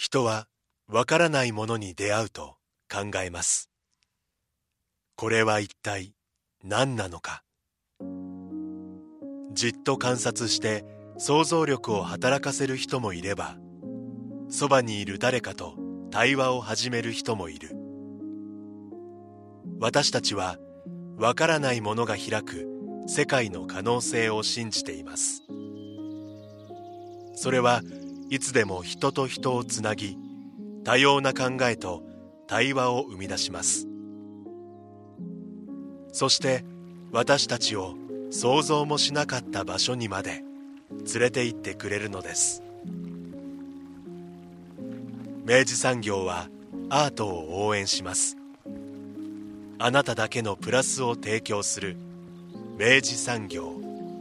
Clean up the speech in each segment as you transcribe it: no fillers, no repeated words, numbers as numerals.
人はわからないものに出会うと考えます。これは一体何なのか。じっと観察して想像力を働かせる人もいれば、そばにいる誰かと対話を始める人もいる。私たちはわからないものが開く世界の可能性を信じています。それはいつでも人と人をつなぎ、多様な考えと対話を生み出します。そして私たちを想像もしなかった場所にまで連れて行ってくれるのです。明治産業はアートを応援します。あなただけのプラスを提供する明治産業。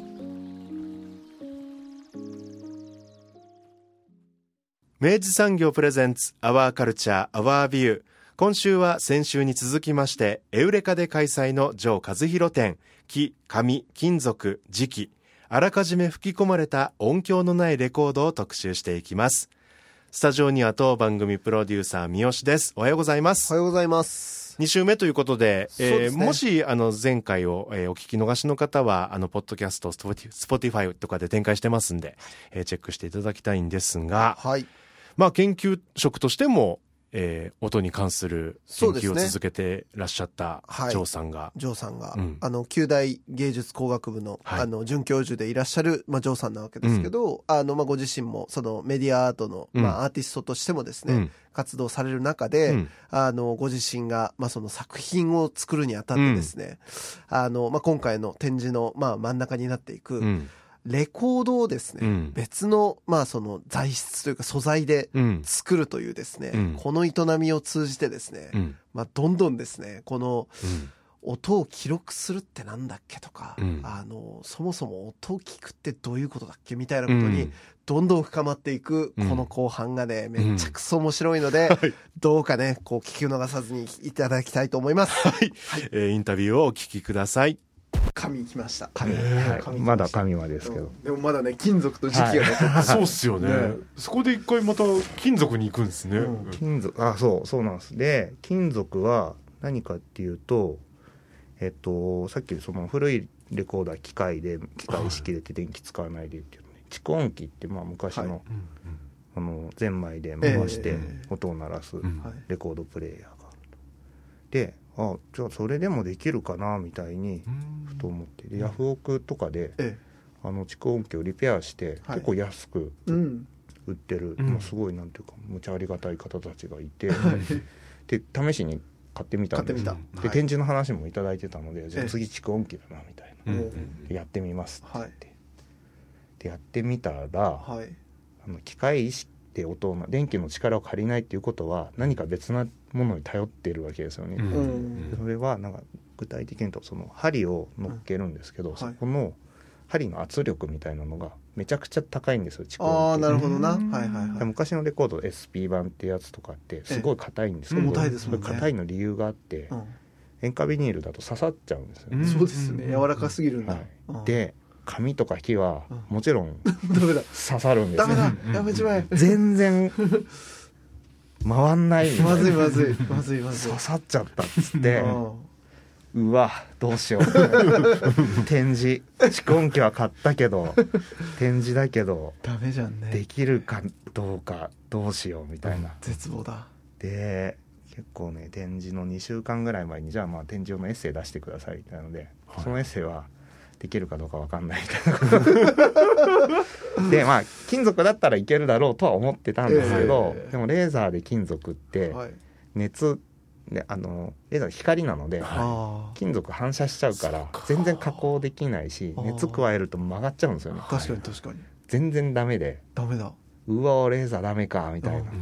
明治産業プレゼンツアワーカルチャーアワービュー。今週は先週に続きましてエウレカで開催の城和弘展、木、紙、金属、磁器、あらかじめ吹き込まれた音響のないレコードを特集していきます。スタジオには当番組プロデューサー三好です。おはようございます。 おはようございます。 2週目ということで、 ね、 もし前回を、お聞き逃しの方はポッドキャスト、Spotify とかで展開してますんで、チェックしていただきたいんですが、 はい、 研究職としても、音に関する研究を続けてらっしゃった城さんが、 九大芸術工学部の、准教授でいらっしゃる、城さんなわけですけど、ご自身もそのメディアアートの、アーティストとしてもですね、活動される中で、ご自身が、その作品を作るにあたってですね、今回の展示の、真ん中になっていく、レコードをですね、別の、その材質というか素材で作るというですね、この営みを通じてですね、どんどんですね、この、音を記録するってなんだっけとか、そもそも音を聞くってどういうことだっけみたいなことにどんどん深まっていくこの後半がね、めっちゃくそ面白いので、どうかね、こう聞き逃さずにいただきたいと思います。 インタビューをお聞きください。 紙来ました。 まだ紙はですけど、 でもまだね、金属と磁気が残って、 そうっすよね。そこで一回また金属に行くんですね。 金属、そうなんです。で、金属は何かっていうと、さっきその古いレコーダー機械式で電気使わないでっていうのね、蓄音機って昔の、ゼンマイで回して音を鳴らすレコードプレーヤーがあると。で、じゃあそれでもできるかなみたいにふと思って、ヤフオクとかで蓄音機をリペアして結構安く売ってる、すごいなんていうかむちゃありがたい方たちがいて、で試しに買ってみたんです。で、展示の話もいただいてたので、じゃあ次蓄音機だなみたいな、やってみますって言って、でやってみたら、機械意識で電気の力を借りないっていうことは何か別なものに頼っているわけですよね。それはなんか具体的に言うと、その針を乗っけるんですけど、そこの針の圧力みたいなのがめちゃくちゃ高いんですよ、蓄音機。 なるほどな。 昔のレコード SP 版ってやつとかってすごい硬いんですけど、 重たいですもんね。 硬いの理由があって、塩化ビニールだと刺さっちゃうんですよね。 そうですね、柔らかすぎるんだ。 で、紙とか木はもちろん刺さるんですよ。 ダメだ、やめちまえ。 全然回んない。 まずい刺さっちゃったっつって、うわどうしよう展示蓄音機は買ったけど展示だけどダメじゃんね、 できるかどうかどうしようみたいな、 絶望だ。 で結構ね、展示の2週間ぐらい前に、じゃあ展示用のエッセイ出してくださいみたいなので、そのエッセイはできるかどうか分かんないみたいなことで、金属だったらいけるだろうとは思ってたんですけど、でもレーザーで金属って熱で、レーザー光なので、金属反射しちゃうから全然加工できないし、熱加えると曲がっちゃうんですよね。 確かに全然ダメで、 ダメだ、 うわレーザーダメかみたいな、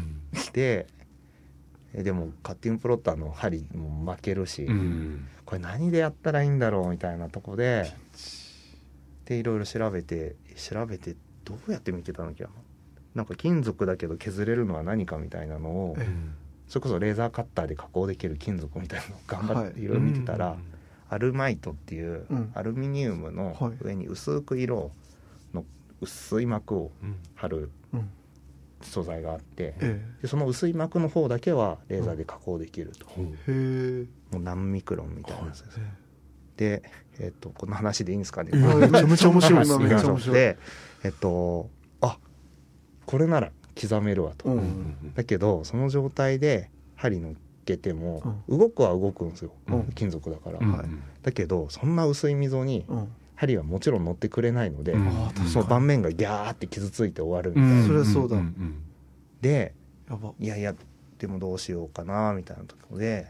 でもカッティングプロッターの針も負けるし、これ何でやったらいいんだろうみたいなとこでいろいろ調べてどうやって見てたのかな、なんか金属だけど削れるのは何かみたいなのを、それこそレーザーカッターで加工できる金属みたいなのを頑張っていろいろ見てたら、アルマイトっていうアルミニウムの上に薄く色の薄い膜を貼る素材があってえでその薄い膜の方だけはレーザーで加工できると、 え。へえ。 もう何ミクロンみたいなやつです、で、この話でいいんですかね、 はいめちゃめちゃ面白いですねめちゃ面白い。 であこれなら刻めるわと、だけどその状態で針乗っけても、動くは動くんですよ、金属だから、だけどそんな薄い溝に針はもちろん乗ってくれないので、その盤面がギャーって傷ついて終わるみたいな、 それはそうだ。 でやば。 いやでもどうしようかなみたいなところで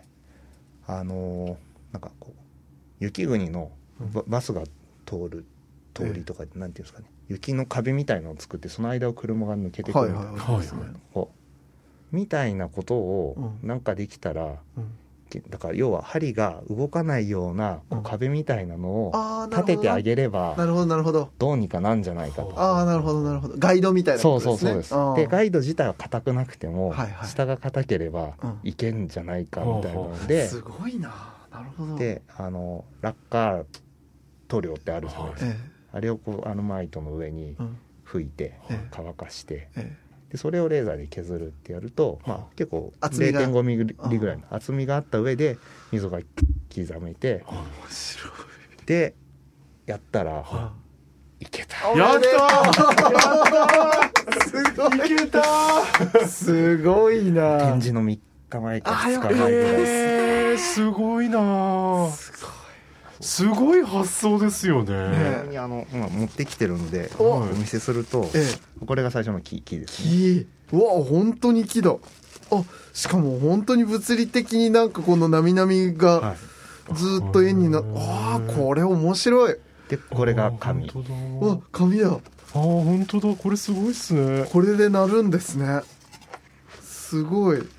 なんかこう雪国のバスが通る通りとか、なんていうんですかね、雪の壁みたいのを作ってその間を車が抜けてくるみたいな、こうみたいなことをなんかできたら、だから要は針が動かないようなこう壁みたいなのを立ててあげれば、 なるほどなるほど。 どうにかなんじゃないかと。 ああ、なるほどなるほど。ガイドみたいなことですね。 そうです。でガイド自体は硬くなくても、 はいはい下が硬ければいけんじゃないかみたいなので、 すごいな。なるほど。 でラッカー塗料ってあるじゃないですか、あれをこうマイトの上に拭いて乾かして、でそれをレーザーで削るってやると、まあ、結構 0.5 ミリぐらいの厚みがあった上で溝が刻めて、 面白い。 でやったらいけた。 やったーいけたーすごいな。 展示の3日前か2日前ぐらいすごいなー。すごい発想ですよね。 今持ってきてるのでおお見せすると、これが最初の木ですね。 木。うわ、本当に木だ。あ、しかも本当に物理的になんかこのなみなみがずっと円になっ、ああ、これ面白い。 でこれが紙。 うわ、紙だ。ああ、 本当だ。これすごいっすね。 これでなるんですね。すごい。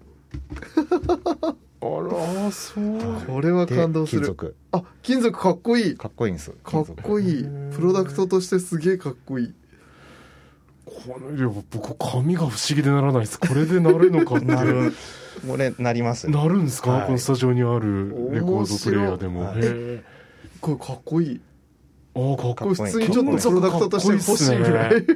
あら、そう。 これは感動する。 金属。 あ、金属かっこいい。 かっこいいんです。 かっこいい。プロダクトとしてすげえかっこいい。 これ僕紙が不思議でならないです。これでなるのかってなる。これなります。 なるんですか、 はい、 このスタジオにあるレコードプレイヤーでも。 へこれかっこいい。 ああ、かっこいい。 普通にちょっとプロダクトとして欲しいぐらい。へ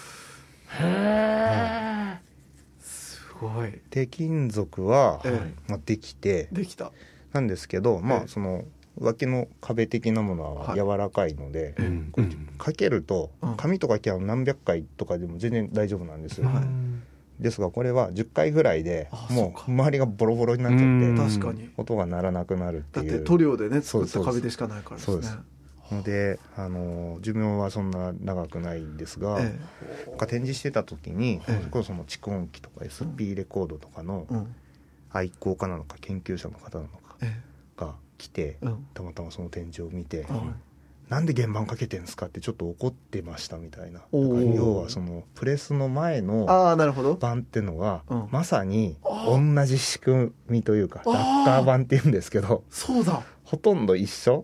え。 すごい。 で金属は、できてできたなんですけど、まあその脇の壁的なものは柔らかいので、かけると紙とか木は何百回とかでも全然大丈夫なんですよ。ですがこれは10回ぐらいでもう周りがボロボロになっちゃって、 確かに音が鳴らなくなるっていう。 だって塗料でね作った壁でしかないからですね。 ので寿命はそんな長くないんですが、展示してた時に、それこそその蓄音機とか SP レコードとかの愛好家なのか研究者の方なのかが来て、たまたまその展示を見て、なんで原版かけてんですかってちょっと怒ってましたみたいな。要はそのプレスの前の版ってのがまさに同じ仕組みというか、ラッカー版っていうんですけど、 そうだ、 ほとんど一緒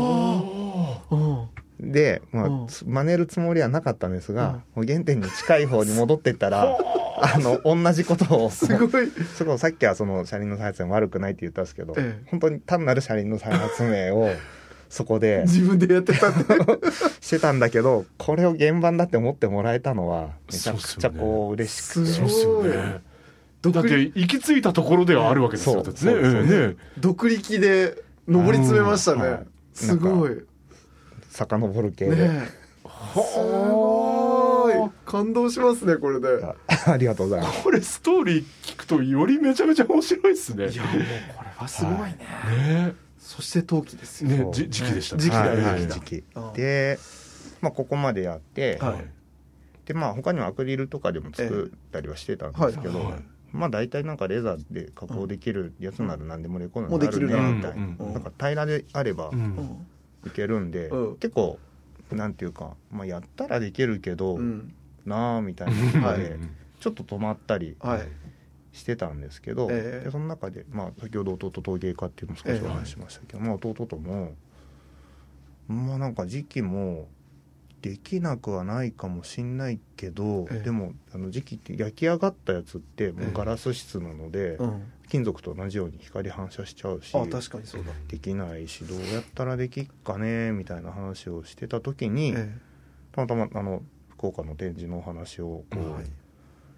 で、まあ真似るつもりはなかったんですが、もう原点に近い方に戻ってったら同じことをすごい。 そこさっきはその車輪の再発明悪くないって言ったんですけど、本当に単なる車輪の再発明をそこで自分でやってたんでしてたんだけど、これを原版だって思ってもらえたのはめちゃくちゃこう嬉しくて。 そうですよね。 だって行き着いたところではあるわけですよ。 独力で上り詰めましたね。すごい。 遡る系で。 すごい。感動しますねこれで。 ありがとうございます。 これストーリー聞くとよりめちゃめちゃ面白いですね。 いやもうこれはすごいね。そして陶器ですよね。時期でしたね。 時期で、まあここまでやって、でまあ他にもアクリルとかでも作ったりはしてたんですけど、まあ大体なんかレーザーで加工できるやつなら何でもレコードになるねみたいな、なんか平らであればいけるんで、結構なんていうか、まあやったらできるけどなあみたいなのでちょっと止まったりしてたんですけど、でその中で、まあ、先ほど弟陶芸家っていうのも少しお話ししましたけど、まあ、弟とも、まあ、なんか時期もできなくはないかもしんないけど、でも時期って焼き上がったやつってもうガラス質なので、金属と同じように光反射しちゃうし、 確かにそうだ、 できないしどうやったらできっかねみたいな話をしてた時に、たまたま福岡の展示のお話をこう、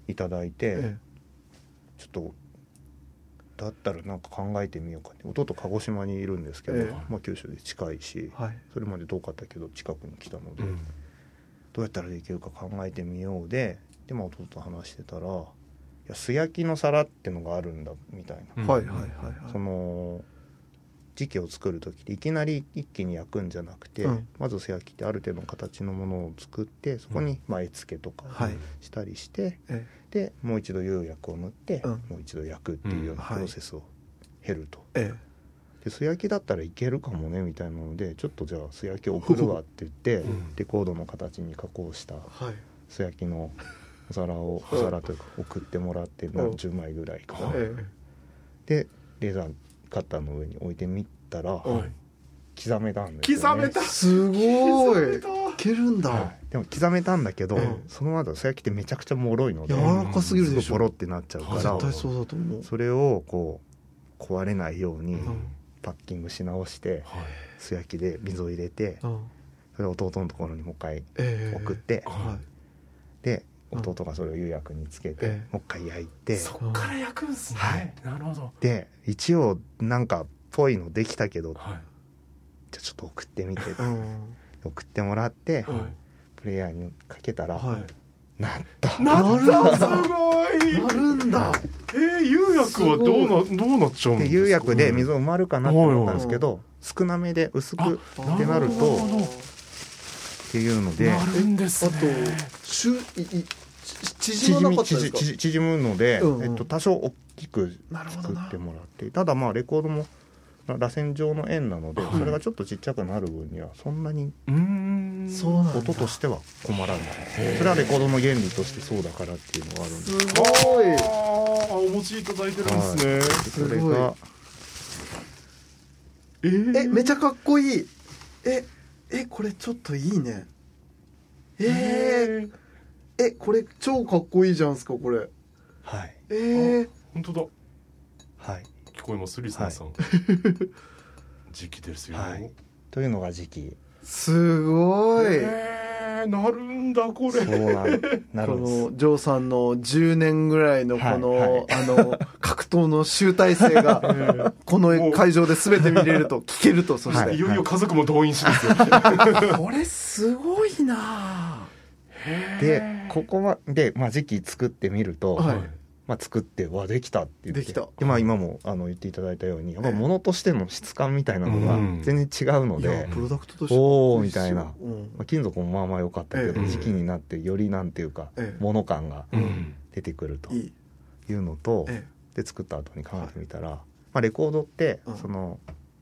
いただいて、ちょっとだったらなんか考えてみようかって。弟鹿児島にいるんですけど、まあ、九州で近いし、それまで遠かったけど近くに来たので、どうやったらできるか考えてみようで、まあ、弟と話してたら、いや素焼きの皿ってのがあるんだみたいな、その磁器を作る時っていきなり一気に焼くんじゃなくて、まず素焼きってある程度の形のものを作って、そこにまあ絵付けとかしたりして、でもう一度釉薬を塗って、もう一度焼くっていうようなプロセスを経ると、で素焼きだったらいけるかもねみたいなので、ちょっとじゃあ素焼きを送るわって言って、レコードの形に加工した素焼きのお皿というか送ってもらって、何十枚ぐらいかな、でレーザーカッターの上に置いてみたら、刻めたんですよね。刻めた、 すごい、いけるんだ、 でも刻めたんだけど、その後素焼きってめちゃくちゃ脆いので柔らかすぎるでしょ、 ボロってなっちゃうから、 絶対そうだと思う。 それをこう壊れないようにパッキングし直して、素焼きで水を入れて、それを弟のところにもう一回送って、で弟がそれを釉薬につけて、もう一回焼いて、 そっから焼くんすね、なるほど。 で一応なんかぽいのできたけど、じゃあちょっと送ってみて、送ってもらって、プレイヤーにかけたら、なった、すごいなるんだ。 釉薬はどうなっちゃうんですか。 釉薬で水を埋まるかなって思ったんですけど、少なめで薄くってなるとっていうので、 なるんですね。 あと縮まなかったですか。 縮むので、多少大きく作ってもらって、ただまあレコードも螺旋状の円なので、それがちょっとちっちゃくなる分にはそんなに音としては困らない。それはレコードの原理としてそうだからっていうのがあるんです。 すごい。 お持ちいただいてるんですね。 それがめちゃかっこいい。これちょっといいね。これ超かっこいいじゃんすかこれ。 はい。 本当だ。 はい。 聞こえますリスナーさん。時期ですよ。 というのが時期。 すごい。 なるんだこれ。 そうなるんです。 このジョーさんの10年ぐらいのこの、格闘の集大成がこの会場で全て見れると聞けると、そしていよいよ家族も動員しですよ。 これすごいな。 でここで、まあ、時期作ってみると、まあ、作ってできたって言って、で、まあ、今も言っていただいたように、やっぱ物としての質感みたいなのが全然違うので、 プロダクトとしておおみたいな、まあ、金属もまあまあ良かったけど、時期になってよりなんていうか、物感が出てくるというのと、で作った後に考えてみたら、まあ、レコードってその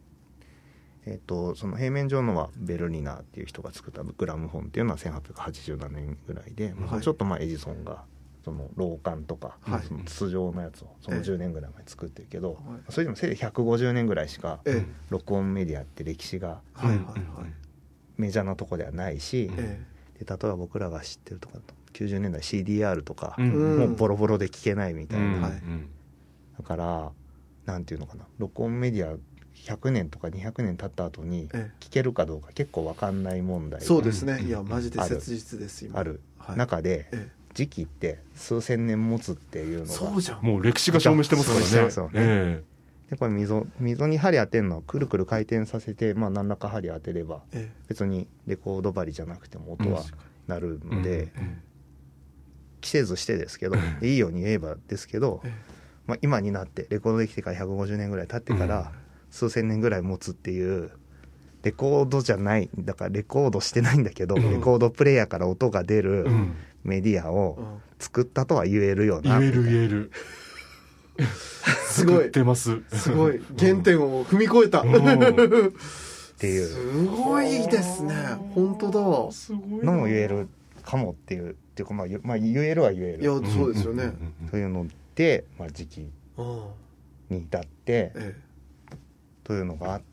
平面上のはベルニナーっていう人が作ったグラムフォンっていうのは1887年ぐらいで、ちょっとまあエジソンがその老管とか、その筒状のやつをその10年ぐらい前に作ってるけど、それでもせいで150年ぐらいしか録音メディアって歴史がメジャーなとこではないし、で例えば僕らが知ってるとか90年代 CDR とか、もうボロボロで聞けないみたいな、だからなんていうのかな、録音メディア100年とか200年経った後に聞けるかどうか結構分かんない問題がそうですね。いやマジで切実です今ある中で、時期って数千年持つっていうのがそうじゃん、 もう歴史が証明してますからね。 でこれ溝に針当てるのはくるくる回転させて、まあ、何らか針当てれば、別にレコード針じゃなくても音は鳴るので、着せずしてですけど、いいように言えばですけど、まあ、今になってレコードできてから150年ぐらい経ってから、数千年ぐらい持つっていうレコードじゃない、だからレコードしてないんだけど、レコードプレイヤーから音が出るメディアを作ったとは言えるよな、 言えるすごい作ってます。 すごい原点を踏み越えたっていう、 すごいですね。本当だ、 すごいのも言えるかもっていうか、まあ言えるは言える、 いやそうですよね。 というので、まあ、時期に至ってというのがあって、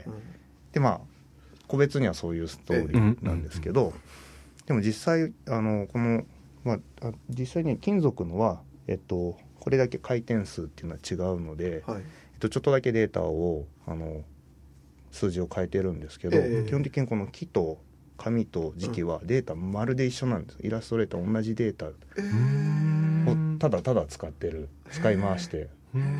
でまあ個別にはそういうストーリーなんですけど、でも実際この、まあ、実際に金属のはこれだけ回転数っていうのは違うので、ちょっとだけデータを数字を変えてるんですけど、基本的にこの木と紙と磁気はデータまるで一緒なんです。イラストレーター同じデータをただただ使い回して、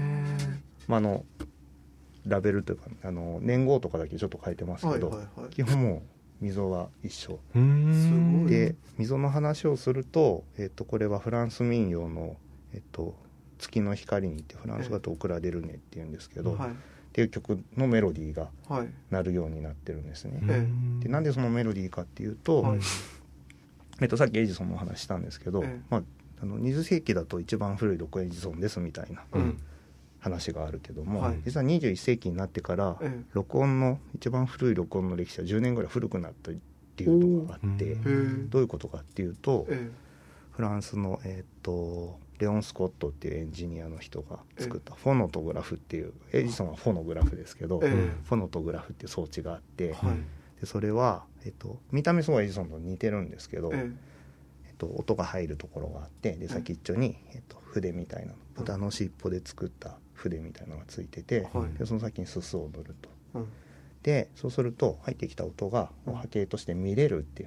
ラベルというか年号とかだけちょっと書いてますけど、基本もう溝は一緒で、溝の話をすると、これはフランス民謡の、月の光にってフランス語だとオクラデルネっていうんですけど、っていう曲のメロディーが鳴るようになってるんですね。でなんでそのメロディーかっていうと、さっきエジソンの話したんですけど、20世紀だと一番古い録音エジソンですみたいな話があるけども、実は21世紀になってから録音の一番古い録音の歴史は10年ぐらい古くなったっていうのがあって、どういうことかっていうと、フランスの、レオン・スコットっていうエンジニアの人が作ったフォノトグラフっていう、エジソンはフォノグラフですけど、フォノトグラフっていう装置があって、でそれは、見た目すごいエジソンと似てるんですけど、音が入るところがあって、で先っちょに、筆みたいな豚の尻尾で作った筆みたいなのがついてて、でその先にすすを塗ると、でそうすると入ってきた音が波形として見れるっていう、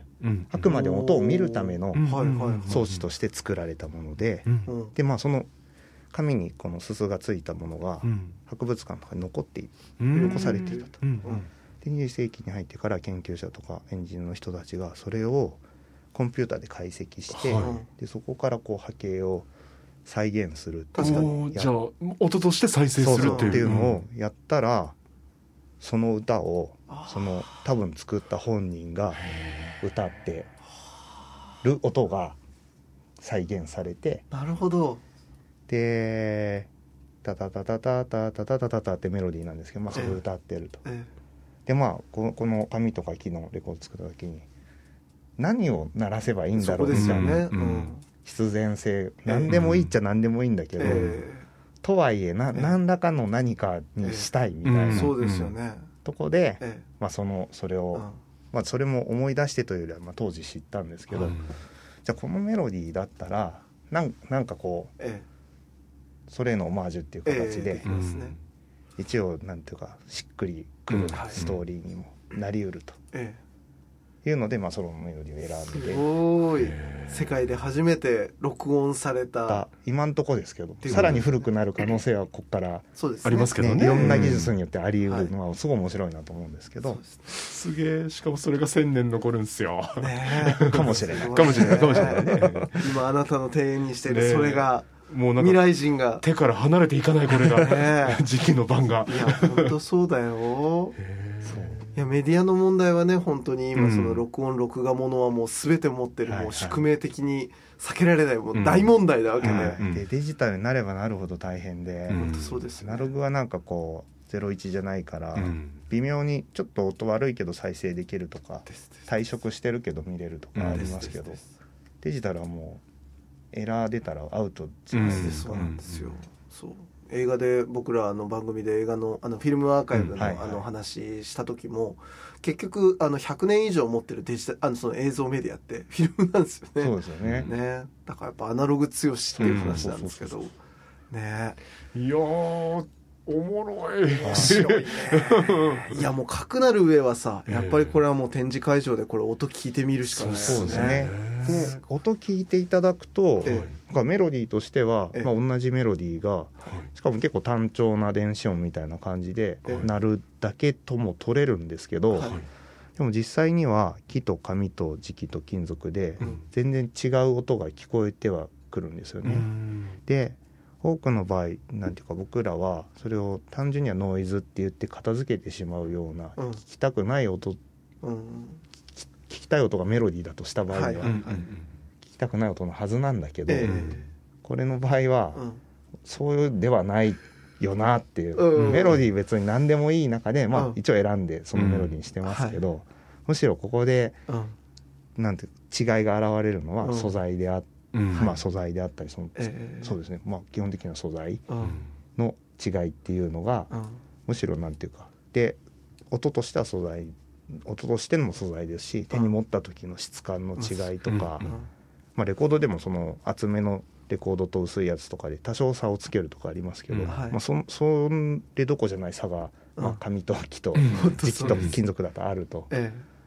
あくまで音を見るための装置として作られたもので、でその紙にこのすすがついたものが博物館とかに残されていたと。で20世紀に入ってから研究者とかエンジニアの人たちがそれをコンピューターで解析して、でそこからこう波形を再現するっていう、 じゃあ音として再生するっていうのをやったら、その歌を多分作った本人が歌ってる音が再現されて、 なるほど。 でタタタタタタタタタタタってメロディーなんですけど、それを歌ってると。でこの紙とか木のレコード作った時に何を鳴らせばいいんだろうみたいな、必然性、何でもいいっちゃ何でもいいんだけど、とはいえ何らかの何かにしたいみたいな、 そうですよね。 とこで、それを、それも思い出してというよりは、当時知ったんですけど、じゃあこのメロディーだったらなんかこう、それへのオマージュっていう形で、一応なんていうかしっくりくるストーリーにもなりうると。いうので、ソロのメロディーを選んで、 すごい世界で初めて録音された、 今んとこですけど、さらに古くなる可能性はここからありますけどね。 いろんな技術によってあり得るのはすごい面白いなと思うんですけど、 すげえ、しかもそれが1000年残るんですよ。 かもしれないかもしれないね。 今あなたの手にしてるそれが、もうなんか未来人が手から離れていかない、これが時期の晩が。 いや本当そうだよ。いやメディアの問題はね、本当に今その録音録画ものはもう全て持ってる、もう宿命的に避けられないもう大問題なわけで、デジタルになればなるほど大変で、 本当そうですね。 アナログはなんかこう01じゃないから、微妙にちょっと音悪いけど再生できるとか、退色してるけど見れるとかありますけど、デジタルはもうエラー出たらアウトじゃないですか。 そうなんですよ。そう映画で僕ら番組で映画のフィルムアーカイブの話した時も、結局100年以上持ってるデジタルその映像メディアってフィルムなんですよね。 そうですよね。 だからやっぱアナログ強しっていう話なんですけどね。 いやーおもろい。 面白いね。いやもうかくなる上はさ、やっぱりこれはもう展示会場でこれ音聞いてみるしかないですね。 そうですね。で音聞いていただくと、メロディーとしては、同じメロディーが、しかも結構単調な電子音みたいな感じで鳴るだけとも取れるんですけど、でも実際には木と紙と磁気と金属で全然違う音が聞こえてはくるんですよね。で多くの場合なんていうか、僕らはそれを単純にはノイズって言って片付けてしまうような、聞きたくない音、聞きたい音がメロディーだとした場合は、聞きたくない音のはずなんだけど、これの場合は、そうではないよなっていう、メロディー別に何でもいい中で、一応選んでそのメロディーにしてますけど、むしろここで、なんて違いが現れるのは素材であって、素材であったりそうですね、基本的な素材の違いっていうのが、むしろなんていうかで、音としては素材、音としての素材ですし、手に持った時の質感の違いとか、レコードでもその厚めのレコードと薄いやつとかで多少差をつけるとかありますけど、それどこじゃない差が、紙と木と磁気と金属だとあると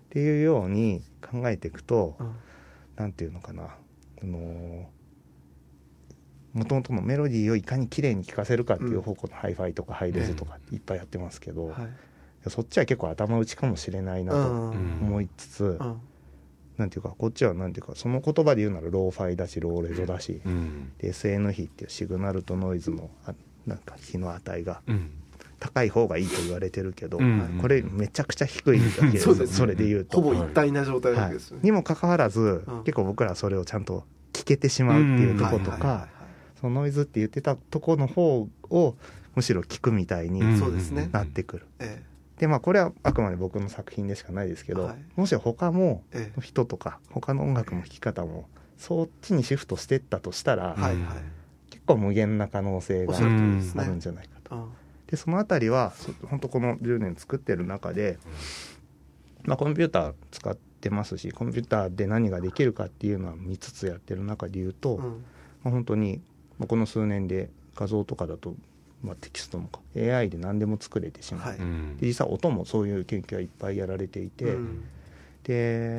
っていうように考えていくと、なんていうのかな、もともとのメロディーをいかに綺麗に聴かせるかっていう方向のハイファイとかハイレズとかいっぱいやってますけど、そっちは結構頭打ちかもしれないなと思いつつ、なんていうかこっちはなんていうかその言葉で言うならローファイだしローレゾだし、で SN 比っていうシグナルとノイズのなんか比の値が高い方がいいと言われてるけど、これめちゃくちゃ低いわけですよ。それで言うとほぼ一体な状態なわけですね。 にもかかわらず、結構僕らはそれをちゃんと聞けてしまうっていうところとか、そのノイズって言ってたところの方をむしろ聞くみたいになってくる。でまあこれはあくまで僕の作品でしかないですけど、もし他も人とか他の音楽の弾き方もそっちにシフトしてったとしたら、結構無限な可能性があるんじゃないかと。でそのあたりは本当この10年作ってる中で、まあ、コンピューター使ってますしコンピューターで何ができるかっていうのは見つつやってる中で言うと、まあ、本当にこの数年で画像とかだと、まあ、テキストもか AI で何でも作れてしまう、で実際音もそういう研究はいっぱいやられていて、で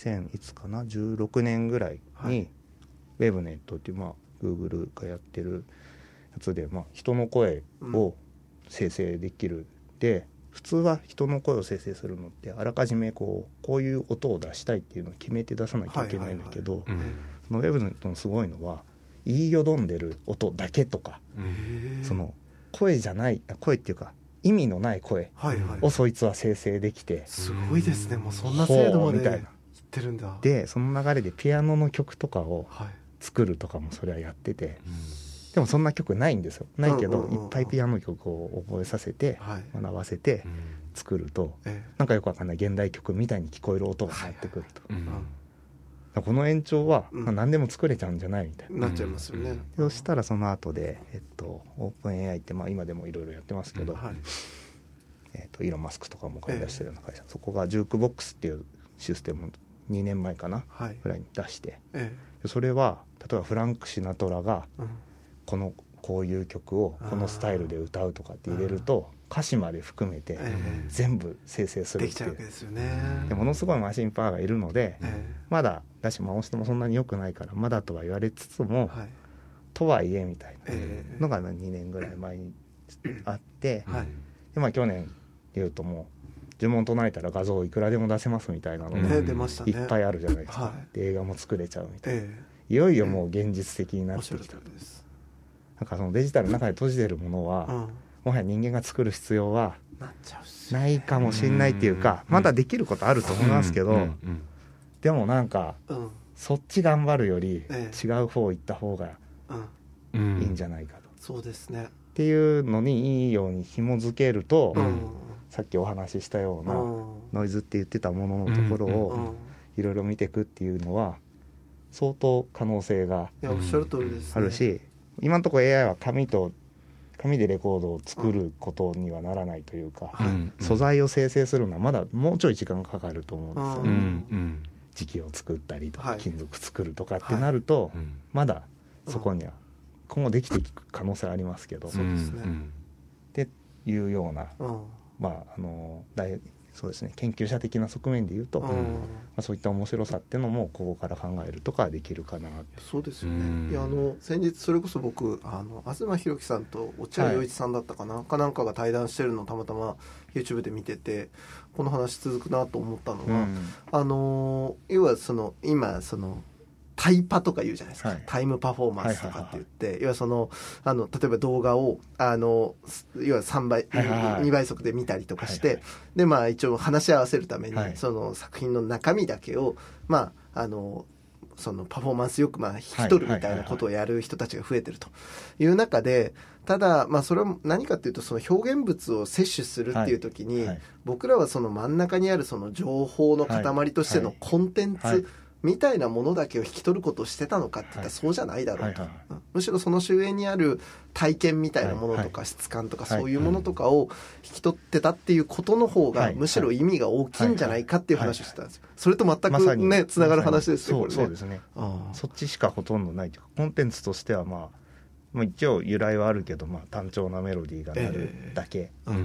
2016年ぐらいに WebNet っていう、まあ、Google がやってるやつで、まあ、人の声を生成できる。で普通は人の声を生成するのってあらかじめこういう音を出したいっていうのを決めて出さなきゃいけないんだけど、その WebNet のすごいのは言いよどんでる音だけとか、その声じゃない声っていうか意味のない声をそいつは生成できて、 すごいですね。もうそんな精度までいってるんだ。 でその流れでピアノの曲とかを作るとかもそれはやってて、でもそんな曲ないんですよ。ないけどいっぱいピアノ曲を覚えさせて学ばせて作ると、なんかよくわかんない現代曲みたいに聞こえる音が入ってくると、この延長は何でも作れちゃうんじゃないみたいなっちゃいますよね。 そしたらその後でオープン AI ってまあ今でもいろいろやってますけど、イーロン・マスクとかも買い出してるような会社、そこがジュークボックスっていうシステムを2年前かなぐらいに出して、それは例えばフランク・シナトラがこういう曲をこのスタイルで歌うとかって入れると歌詞まで含めて全部生成するっていう、 できちゃうわけですよね。 でものすごいマシンパワーがいるので、まだだし音質もそんなに良くないからまだとは言われつつも、とはいえみたいなのが2年ぐらい前にあって、でまあ去年でいうともう呪文唱えたら画像いくらでも出せますみたいなのがいっぱいあるじゃないですか。で映画も作れちゃうみたいな、いよいよもう現実的になってきた。なんかそのデジタルの中で閉じてるものは、もはや人間が作る必要はないかもしれないっていうか、まだできることあると思いますけど、でもなんか、そっち頑張るより違う方行った方がいいんじゃないかと、 そうですねっていうのにいいように紐づけると、さっきお話ししたようなノイズって言ってたもののところをいろいろ見ていくっていうのは相当可能性があるし、今のところ AI は紙でレコードを作ることにはならないというか、素材を生成するのはまだもうちょい時間がかかると思うんですよね。磁器を作ったりとか金属作るとかってなると、まだそこには今後できていく可能性はありますけど、っていうような、まあそうですね、研究者的な側面で言うと、そういった面白さっていうのもここから考えるとかできるかなって。 そうですよね。いや先日それこそ僕東博樹さんと落合陽一さんだったかな、なんかが対談してるのをたまたま YouTube で見てて、この話続くなと思ったのが、要は今タイパとか言うじゃないですか、タイムパフォーマンスとかって言って、要は例えば動画を要は3倍、2倍速で見たりとかして、でまあ一応話し合わせるために、その作品の中身だけをまあそのパフォーマンスよく引き取るみたいなことをやる人たちが増えてるという中で、ただまあそれは何かっていうと、その表現物を摂取するっていう時に、僕らはその真ん中にあるその情報の塊としてのコンテンツみたいなものだけを引き取ることをしてたのかって言ったらそうじゃないだろうと、むしろその周辺にある体験みたいなものとか質感とかそういうものとかを引き取ってたっていうことの方がむしろ意味が大きいんじゃないかっていう話をしてたんですよ。それと全くねつながる話ですよこれね。 そうですね。そっちしかほとんどないというか、コンテンツとしてはまあ一応由来はあるけど、単調なメロディーがなるだけ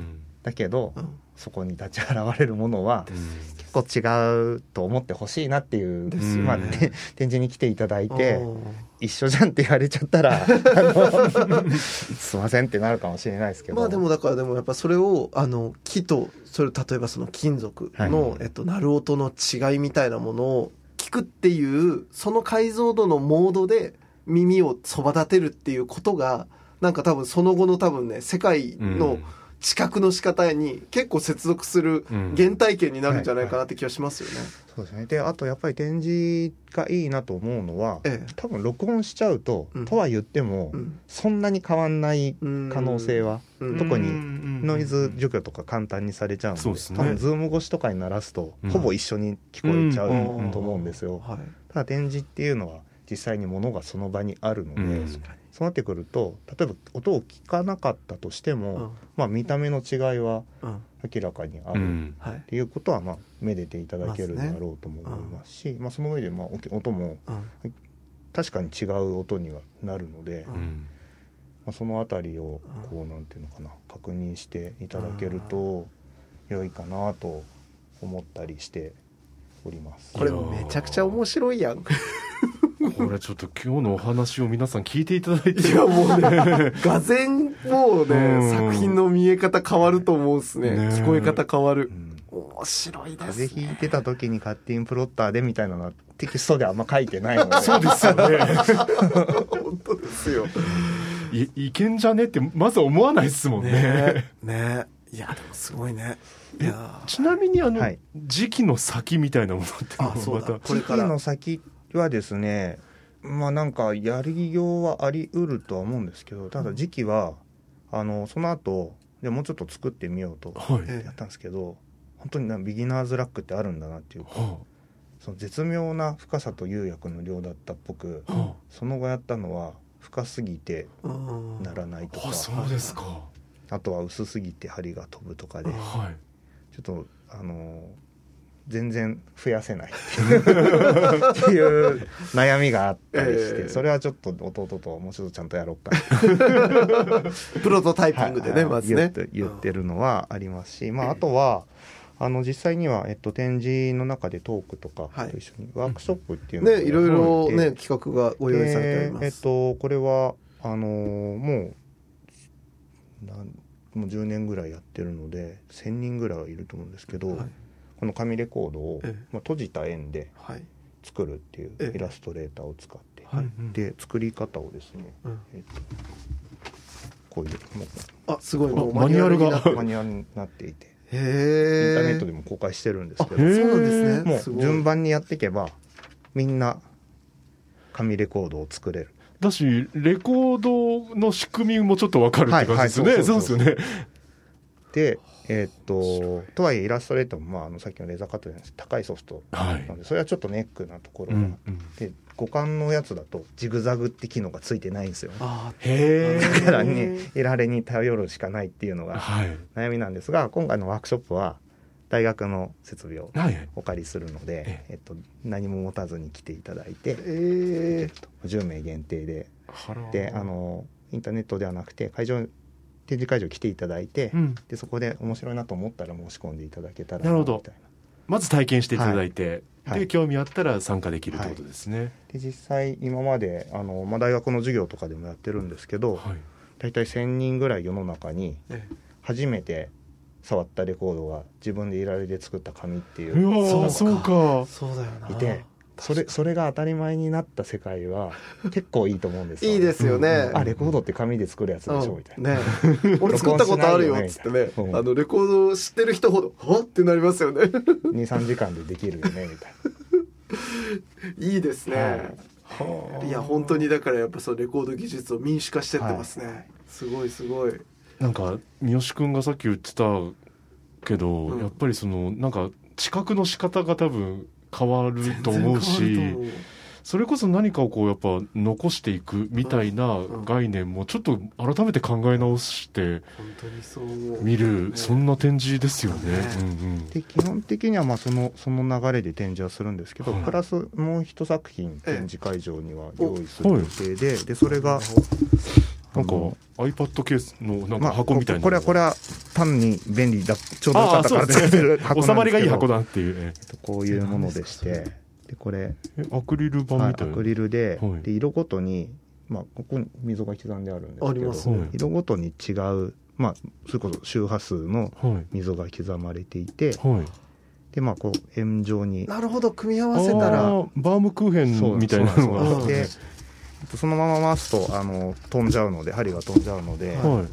だけど、 うんそこに立ち現れるものは結構違うと思ってほしいなっていう、 ですよねまあ、展示に来ていただいておー一緒じゃんって言われちゃったらすいませんってなるかもしれないですけど、 まあでもだからでもやっぱそれを木とそれ例えばその金属の、鳴る音の違いみたいなものを聞くっていうその解像度のモードで耳をそば立てるっていうことがなんか多分その後の多分ね世界の知覚の仕方に結構接続する原体験になるんじゃないかなって気がしますよね。 そうですね。であとやっぱり展示がいいなと思うのは、多分録音しちゃうと、とは言っても、そんなに変わんない可能性は、特にノイズ除去とか簡単にされちゃうので、多分ズーム越しとかに鳴らすと、ほぼ一緒に聞こえちゃうと思うんですよ。ただ展示っていうのは実際に物がその場にあるので、そうなってくると例えば音を聞かなかったとしても、まあ、見た目の違いは明らかにあるっていうことは、まあ、めでていただけるだろうとも思いますし、まあ、その上で、まあ、音も確かに違う音にはなるので、まあ、そのあたりをこうなんていうのかな確認していただけると良いかなと思ったりしております。 これめちゃくちゃ面白いやんこれちょっと今日のお話を皆さん聞いていただいて、 いやもうねがぜんもうね、作品の見え方変わると思うんですね。聞こえ方変わる、面白いですね。 風邪ひいてた時にカッティングプロッターでみたいなのはテキストであんま書いてないのでそうですよね本当ですよ。 いけんじゃねってまず思わないですもんね。 ねいやでもすごいね。いやちなみに時期の先みたいなものってのはまたこれからの先はですね、まあなんかやりようはあり得るとは思うんですけど、ただ時期はその後でもうちょっと作ってみようとやったんですけど、本当にビギナーズラックってあるんだなっていうか、その絶妙な深さと釉薬の量だったっぽく、その後やったのは深すぎてならないとか、 そうですか。 あとは薄すぎて針が飛ぶとかで、ちょっと全然増やせないっていう悩みがあったりして、それはちょっと弟ともうちょっとちゃんとやろうかプロトタイピングでね、まずね言ってるのはありますし、まあ、あとは実際には、展示の中でトークとかと一緒にワークショップっていうのをいろいろね企画がご用意されております。 これはもう10年ぐらいやってるので1000人ぐらいはいると思うんですけど、この紙レコードを、閉じた円で作るっていうイラストレーターを使って、で作り方をですね、こういうすごいもうマニュアルになっていて、 インターネットでも公開してるんですけど、 そうなんですね。 もう順番にやっていけばみんな紙レコードを作れるだし、レコードの仕組みもちょっと分かるって感じですよね。そうですよね。でとはいえイラストレーターも、さっきのレーザーカットじゃないです高いソフトなので、それはちょっとネックなところがあって、互換のやつだとジグザグって機能がついてないんですよ。だからねエラレに頼るしかないっていうのが悩みなんですが、今回のワークショップは大学の設備をお借りするので、何も持たずに来ていただいて、10名限定で、インターネットではなくて展示会場来ていただいて、でそこで面白いなと思ったら申し込んでいただけたらみたいな。 まず体験していただいて、で興味あったら参加できるということですね。 で実際今まで大学の授業とかでもやってるんですけど、だいたい1000人ぐらい世の中に初めて触ったレコードが自分でいられで作った紙っていうそうかいて、それが当たり前になった世界は結構いいと思うんですよ。 いいですよね。 レコードって紙で作るやつでしょみたいな、 俺作ったことあるよっつってね、レコード知ってる人ほどはってなりますよね。 2,3 時間でできるよねみたいな。 いいですね。いや本当にだからやっぱレコード技術を民主化してってますね。すごいすごい。 なんか三好くんがさっき言ってたけど、やっぱりなんか知覚の仕方が多分変わると思うし、それこそ何かをやっぱ残していくみたいな概念もちょっと改めて考え直して見る、そんな展示ですよね。 で基本的にはその流れで展示はするんですけど、プラスもう一作品展示会場には用意する予定で、それがなんか iPad ケースのなんか箱みたいな、 これは単に便利だ、ちょうどよかったから使ってる箱なんですけど、 収まりがいい箱だっていう、 こういうものでして、でこれアクリル板みたいな、 アクリルで、 はい、 で色ごとに、ここに溝が刻んであるんですけど、 ありますね、 色ごとに違う、それこそ周波数の溝が刻まれていて、 はい、 でこう円状に、 なるほど、組み合わせたらバームクーヘンみたいなのがあってそのまま回すと飛んじゃうので、針が飛んじゃうので、 はい、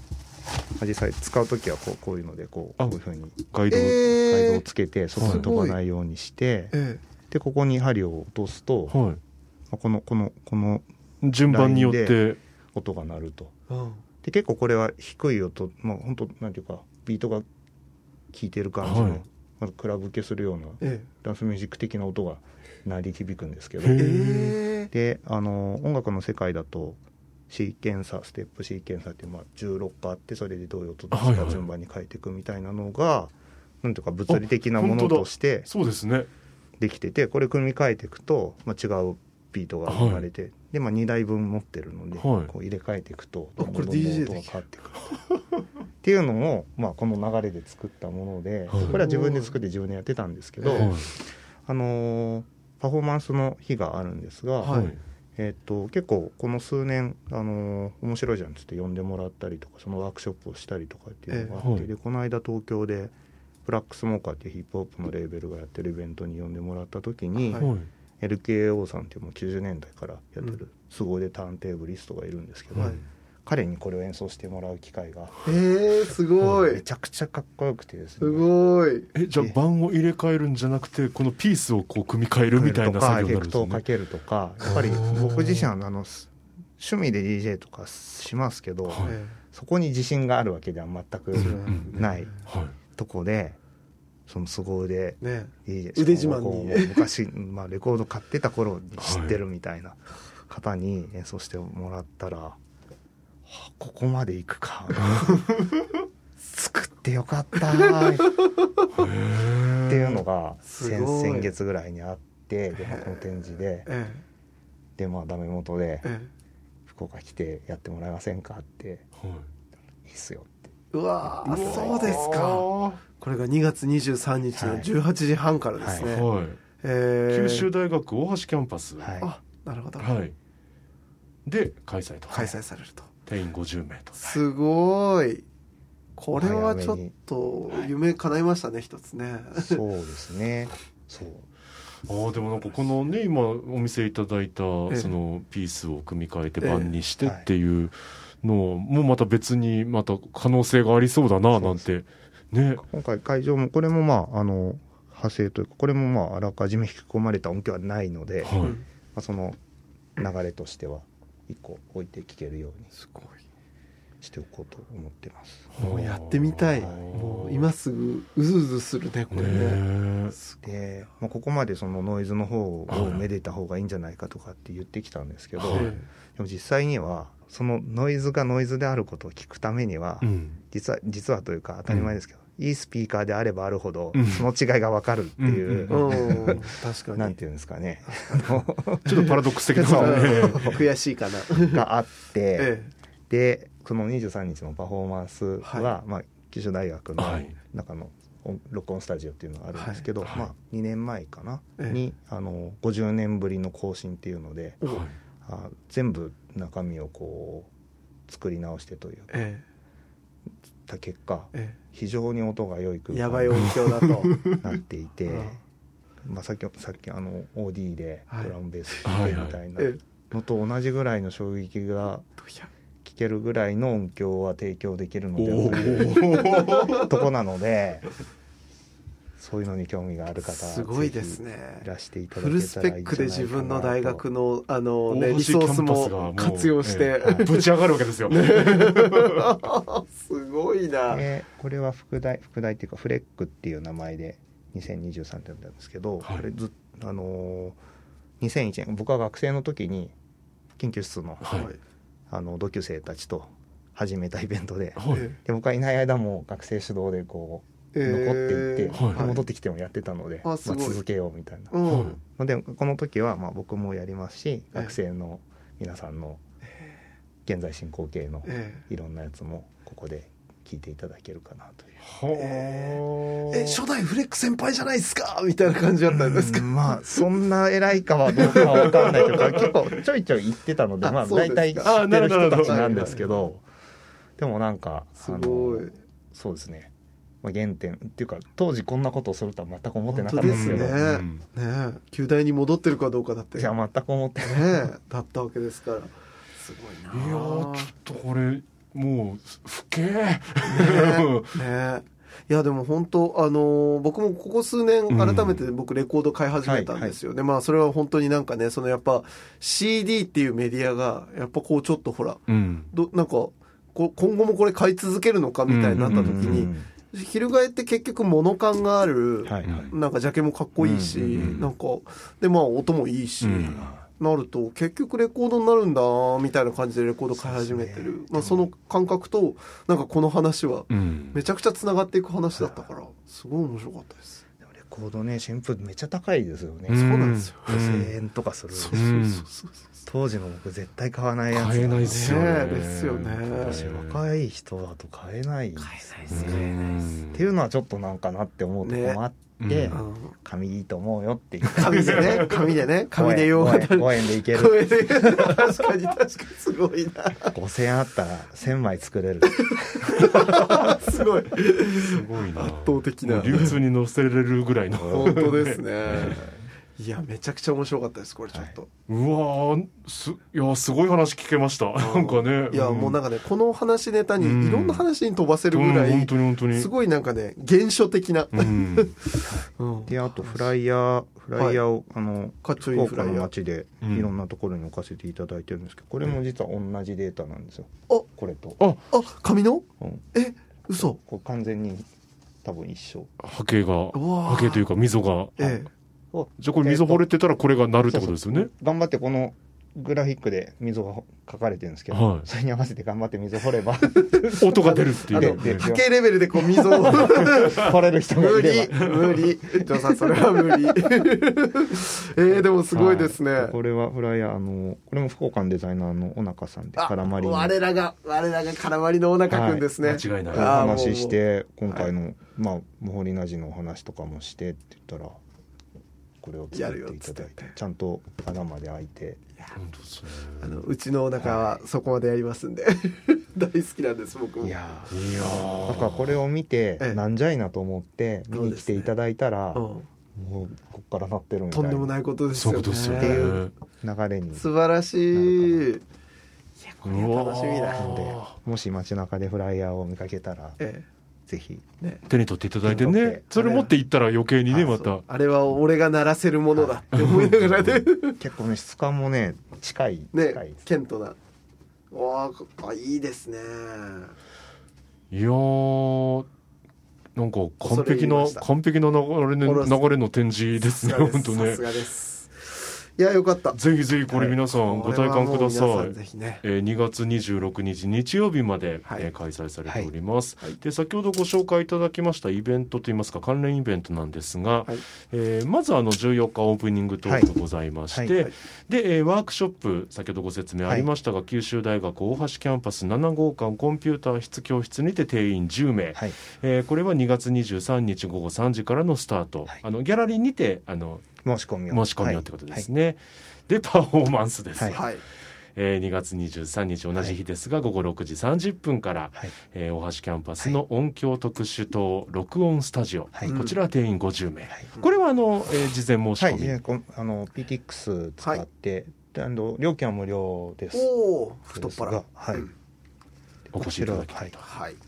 実際使うときはこういうのでこういうふうにガイドをつけて外に飛ばないようにして、でここに針を落とすと、 はい、 この順番によって音が鳴ると、で結構これは低い音、本当なんていうかビートが効いてる感じの、クラブ受けするような、ダンスミュージック的な音が鳴り響くんですけど、で音楽の世界だとシーケンサー、ステップシーケンサーって16個あって、それでどういう音出すか順番に変えていくみたいなのが、なんていうか物理的なものとしてできてて、これ組み替えていくと、違うビートが生まれて、で2台分持ってるので、こう入れ替えていくとどんどん音が変わっていくっていうのを、この流れで作ったもので、これは自分で作って自分でやってたんですけど、パフォーマンスの日があるんですが、結構この数年面白いじゃんっつって呼んでもらったりとか、そのワークショップをしたりとかっていうのがあって、でこの間東京でブラックスモーカーっていうヒップホップのレーベルがやってるイベントに呼んでもらった時に、LKAO さんっていうもう90年代からやってる凄腕ターンテーブリストがいるんですけど、彼にこれを演奏してもらう機会がすごい、 めちゃくちゃかっこよくてですね、 すごい。 じゃあ盤を入れ替えるんじゃなくて、このピースをこう組み替えるみたいな作業になるんですね。エフェクトをかけるとか、やっぱり僕自身は趣味で DJ とかしますけど、そこに自信があるわけでは全くないとこで、その凄腕 DJ、 腕自慢に昔、レコード買ってた頃に知ってるみたいな方に演奏してもらったら、ここまでいくか作ってよかったっていうのが先月ぐらいにあって、でこの展示で、でダメ元で福岡来てやってもらえませんかって、いいっすよって。 うわー、そうですか。これが2月23日の18時半からですね、 九州大学大橋キャンパス、 あ、なるほど、 で開催されると。 定員50名と。 すごい。これはちょっと夢叶いましたね、一つね。 そうですね。そう。 でもなんかこのね、今お見せいただいたそのピースを組み替えて盤にしてっていうのもまた別にまた可能性がありそうだななんてね。 今回会場もこれも派生というか、これもあらかじめ引き込まれた音響はないので、その流れとしては一個置いて聴けるようにしておこうと思ってます。 もうやってみたい。もう今すぐうずうずするね、これね。 で、ここまでそのノイズの方をめでた方がいいんじゃないかとかって言ってきたんですけど、でも実際にはそのノイズがノイズであることを聞くためには、実はというか当たり前ですけど、いいスピーカーであればあるほどその違いが分かるっていう、 確かになんていうんですかね、 ちょっとパラドックス的な悔しいかながあって、でその23日のパフォーマンスは、九州大学の中の録音スタジオっていうのがあるんですけど、2年前かな、に50年ぶりの更新っていうので、全部中身をこう作り直してというか、た結果、非常に音が良い空間、 やばい音響だとなっていて、さっきOD でドラムベース弾いてみたいなのと同じぐらいの衝撃が聞けるぐらいの音響は提供できるのではとこなので、そういうのに興味がある方すごいですね。 いらしていただけたらいいんじゃないかなと。 フルスペックで自分の大学のリソースも活用してぶち上がるわけですよ。 すごいな。 これは副題っていうかフレックっていう名前で2023年なんですけど、これ2001年僕は学生の時に研究室の、同級生たちと始めたイベントで、で僕はいない間も学生主導でこう残っていって、戻ってきてもやってたので、続けようみたいなので、この時は僕もやりますし、学生の皆さんの現在進行形のいろんなやつもここで聞いていただけるかなという。 初代フレック先輩じゃないですかみたいな感じだったんですか。 まあそんな偉いかはどうかは分かんないけど結構ちょいちょい言ってたのでまあ大体知ってる人たちなんですけど、でもなんかすごいそうですね、まあ、原点っていうか当時こんなことをするとは全く思ってなかったですけど、 ね旧大に戻ってるかどうかだっていや全く思ってないだったわけですから、すごいな。 いやちょっとこれもう不敬ねいやでも本当僕もここ数年改めて僕レコード買い始めたんですよね、まあそれは本当になんかねそのやっぱ CD っていうメディアがやっぱこうちょっとほら、なんか今後もこれ買い続けるのかみたいになった時に、翻って結局物感がある、なんかジャケもかっこいいし、なんかでまあ音もいいし、なると結局レコードになるんだみたいな感じでレコード買い始めてる、まあ、その感覚となんかこの話はめちゃくちゃつながっていく話だったからすごい面白かったです。 レコードね新譜めっちゃ高いですよね。 そうなんですよ、 5000円とかする。当時の僕絶対買わないやつ買えないですよね。 ですよね。 私若い人だと買えないですね。っていうのはちょっとなんかなって思うとこもあって、紙いいと思うよっていう。 紙で用が 5円でいける。 確かにすごいな。 5000円あったら1000枚作れる。 すごいな。 圧倒的な。 流通に載せれるぐらいの。 本当ですね。いやめちゃくちゃ面白かったですこれちょっと、 うわいやすごい話聞けましたなんかね。 いやもうなんかねこの話ネタにいろんな話に飛ばせるぐらい、 本当にすごいなんかね原初的な、 であとフライヤーをかっちょいいフライヤー福岡の街でいろんなところに置かせていただいてるんですけど、これも実は同じデータなんですよ、これと。 紙の、嘘。 これ完全に多分一緒。 波形というか溝が、じゃあこれ溝掘れてたらこれが鳴るってことですよね。 頑張ってこのグラフィックで溝が書かれてるんですけど、それに合わせて頑張って溝掘れば音が出るっていう波形レベルでこう溝を掘れる人がいれば無理ジョーさんそれは無理でもすごいですね、 これはフライヤーこれも福岡のデザイナーの小中さんで絡まり我らが絡まりの小中くんですね、 間違いない。 お話しして今回のモホリナジのお話とかもしてって言ったらこれを作っていただいてちゃんと穴まで開いて、 うちの中はそこまでやりますんで大好きなんです僕も。 いやだからこれを見てなんじゃいなと思って見に来ていただいたら、もうこっからなってるみたいな、 とんでもないことですよねっていう流れに素晴らしい。いやこれ楽しみだ。 のでもし街中でフライヤーを見かけたら、ぜひ手に取っていただいてね、それ持っていったら余計にねまたあれは俺が鳴らせるものだって思いながらね結構ね質感もね近いケントな。いいですね。 いやなんか完璧な流れの展示ですね本当ね。 さすがです。いやよかった。 ぜひぜひこれ皆さんご体感ください。 ぜひね、 2月26日日曜日まで、開催されております、で先ほどご紹介いただきましたイベントといいますか関連イベントなんですが、まず14日オープニングトークがございまして、で、ワークショップ先ほどご説明ありましたが、九州大学大橋キャンパス7号館コンピューター室教室にて定員10名、これは2月23日午後3時からのスタート、ギャラリーにて申し込みをってことですね、でパフォーマンスです、2月23日同じ日ですが、午後6時30分から、大橋キャンパスの音響特殊棟録音スタジオ、こちらは定員50名、これは事前申し込み、 PTX 使って、料金は無料です。 太っ腹お越しいただきたいと。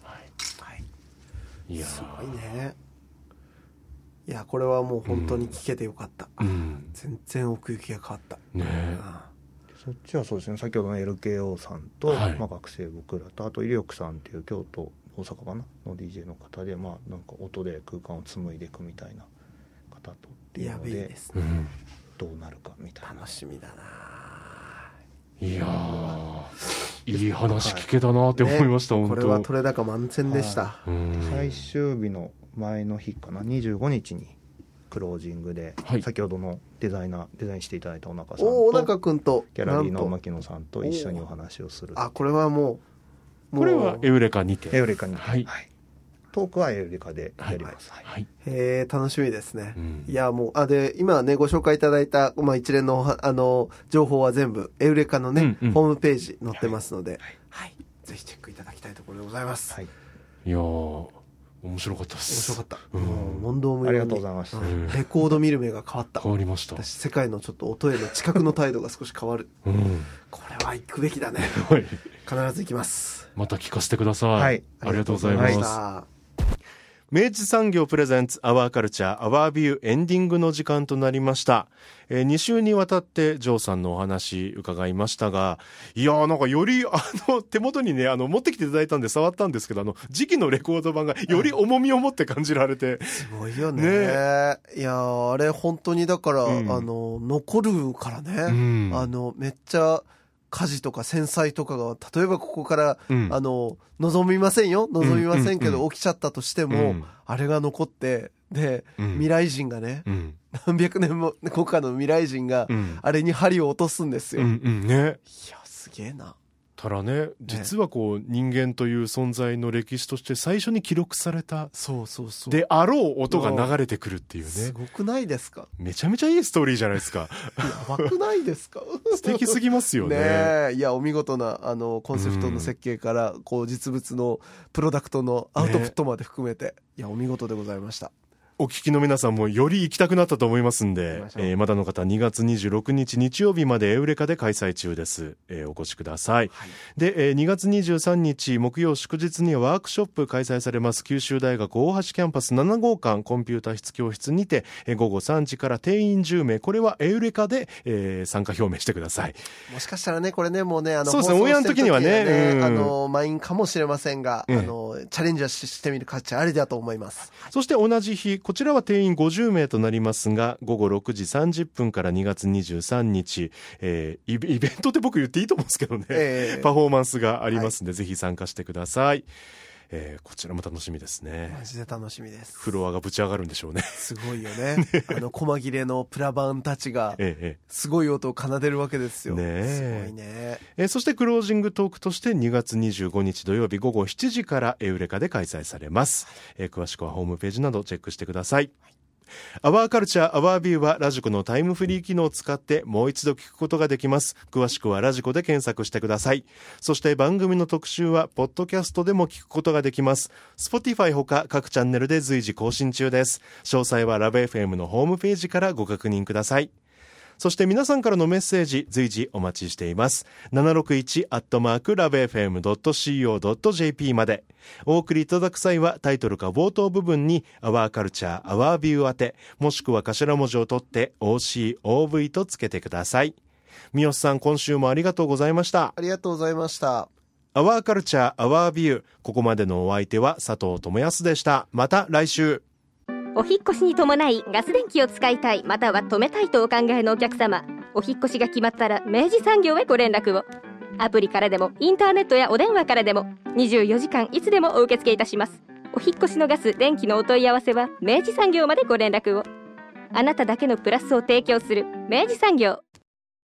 いやすごいね。いやこれはもう本当に聞けてよかった、全然奥行きが変わったね。 そっちはそうですね、先ほどの LKO さんと、学生僕らとあと威力さんっていう京都大阪かなの DJ の方で、なんか音で空間を紡いでいくみたいな方とっていうので、 ですね、 どうなるかみたいな。 楽しみだな。 いやいい話聞けたなって思いました、本当これは取れ高満点でした。 最終日の前の日かな25日にクロージングで、 はい、 先ほどのデザインしていただいた小中さん小と中君とギャラリーの牧野さんと一緒にお話をする。 これはもうこれはエウレカにて、 エウレカにて、 はいはい、トークはエウレカでやります、はいはい、 楽しみですね、 うん、 いやもうで今ねご紹介いただいた、一連の情報は全部エウレカのね、ホームページ載ってますので、はいぜひチェックいただきたいところでございます、はい、 いや面白かったです。 面白かった、問答無用にありがとうございました、 レコード見る目が変わった。 変わりました。 私世界のちょっと音への知覚の態度が少し変わる、これは行くべきだね、はい、必ず行きます。 また聞かせてください、はい、ありがとうございます。明治産業プレゼンツアワーカルチャーアワービューエンディングの時間となりました。2週にわたってジョーさんのお話伺いましたが、いやーなんかより手元にね持ってきていただいたんで触ったんですけど次期のレコード版がより重みを持って感じられて、 すごいよ ねいやあれ本当にだから、残るからね、めっちゃ火事とか繊細とかが例えばここから、望みませんけど起きちゃったとしても、あれが残ってで、未来人がね、何百年も後かの未来人が、あれに針を落とすんですよ、ね、いやすげえな。 ただね実はこう人間という存在の歴史として最初に記録されたであろう音が流れてくるっていうね、 すごくないですか。 めちゃめちゃいいストーリーじゃないですか。 やばくないですか。 素敵すぎますよ ね。 いやお見事なコンセプトの設計から、こう実物のプロダクトのアウトプットまで含めて、いやお見事でございました。 お聞きの皆さんもより行きたくなったと思いますんで、まだの方2月26日日曜日までエウレカで開催中です、お越しください、で、2月23日木曜祝日にはワークショップ開催されます九州大学大橋キャンパス7号館コンピューター室教室にて、午後3時から定員10名これはエウレカで、参加表明してください。 もしかしたらねこれねもうねそうですね、オンエアの時にはね、 満員かもしれませんが、チャレンジしてみる価値ありだと思います。 そして同じ日こちらは定員50名となりますが午後6時30分から2月23日、イベントって僕言っていいと思うんですけどね、パフォーマンスがありますので、ぜひ参加してください。こちらも楽しみですね。 マジで楽しみです。 フロアがぶち上がるんでしょうね。 すごいよね。細切れのプラバンたちがすごい音を奏でるわけですよ。すごいね。 そしてクロージングトークとして2月25日土曜日午後7時からエウレカで開催されます。詳しくはホームページなどチェックしてください。アワーカルチャーアワービューはラジコのタイムフリー機能を使ってもう一度聞くことができます。詳しくはラジコで検索してください。そして番組の特集はポッドキャストでも聞くことができます。 Spotify ほか各チャンネルで随時更新中です。詳細はラブ FM のホームページからご確認ください。そして皆さんからのメッセージ随時お待ちしています。761@lovefm.co.jp まで。お送りいただく際はタイトルか冒頭部分にアワーカルチャーアワービュー宛てもしくは頭文字を取って OCOV とつけてください。三好さん今週もありがとうございました。 ありがとうございました。 アワーカルチャーアワービュー、ここまでのお相手は佐藤智康でした。また来週。 お引越しに伴いガス電気を使いたいまたは止めたいとお考えのお客様、お引越しが決まったら明治産業へご連絡を。アプリからでもインターネットやお電話からでも24時間いつでもお受け付けいたします。お引越しのガス電気のお問い合わせは明治産業までご連絡を。あなただけのプラスを提供する明治産業。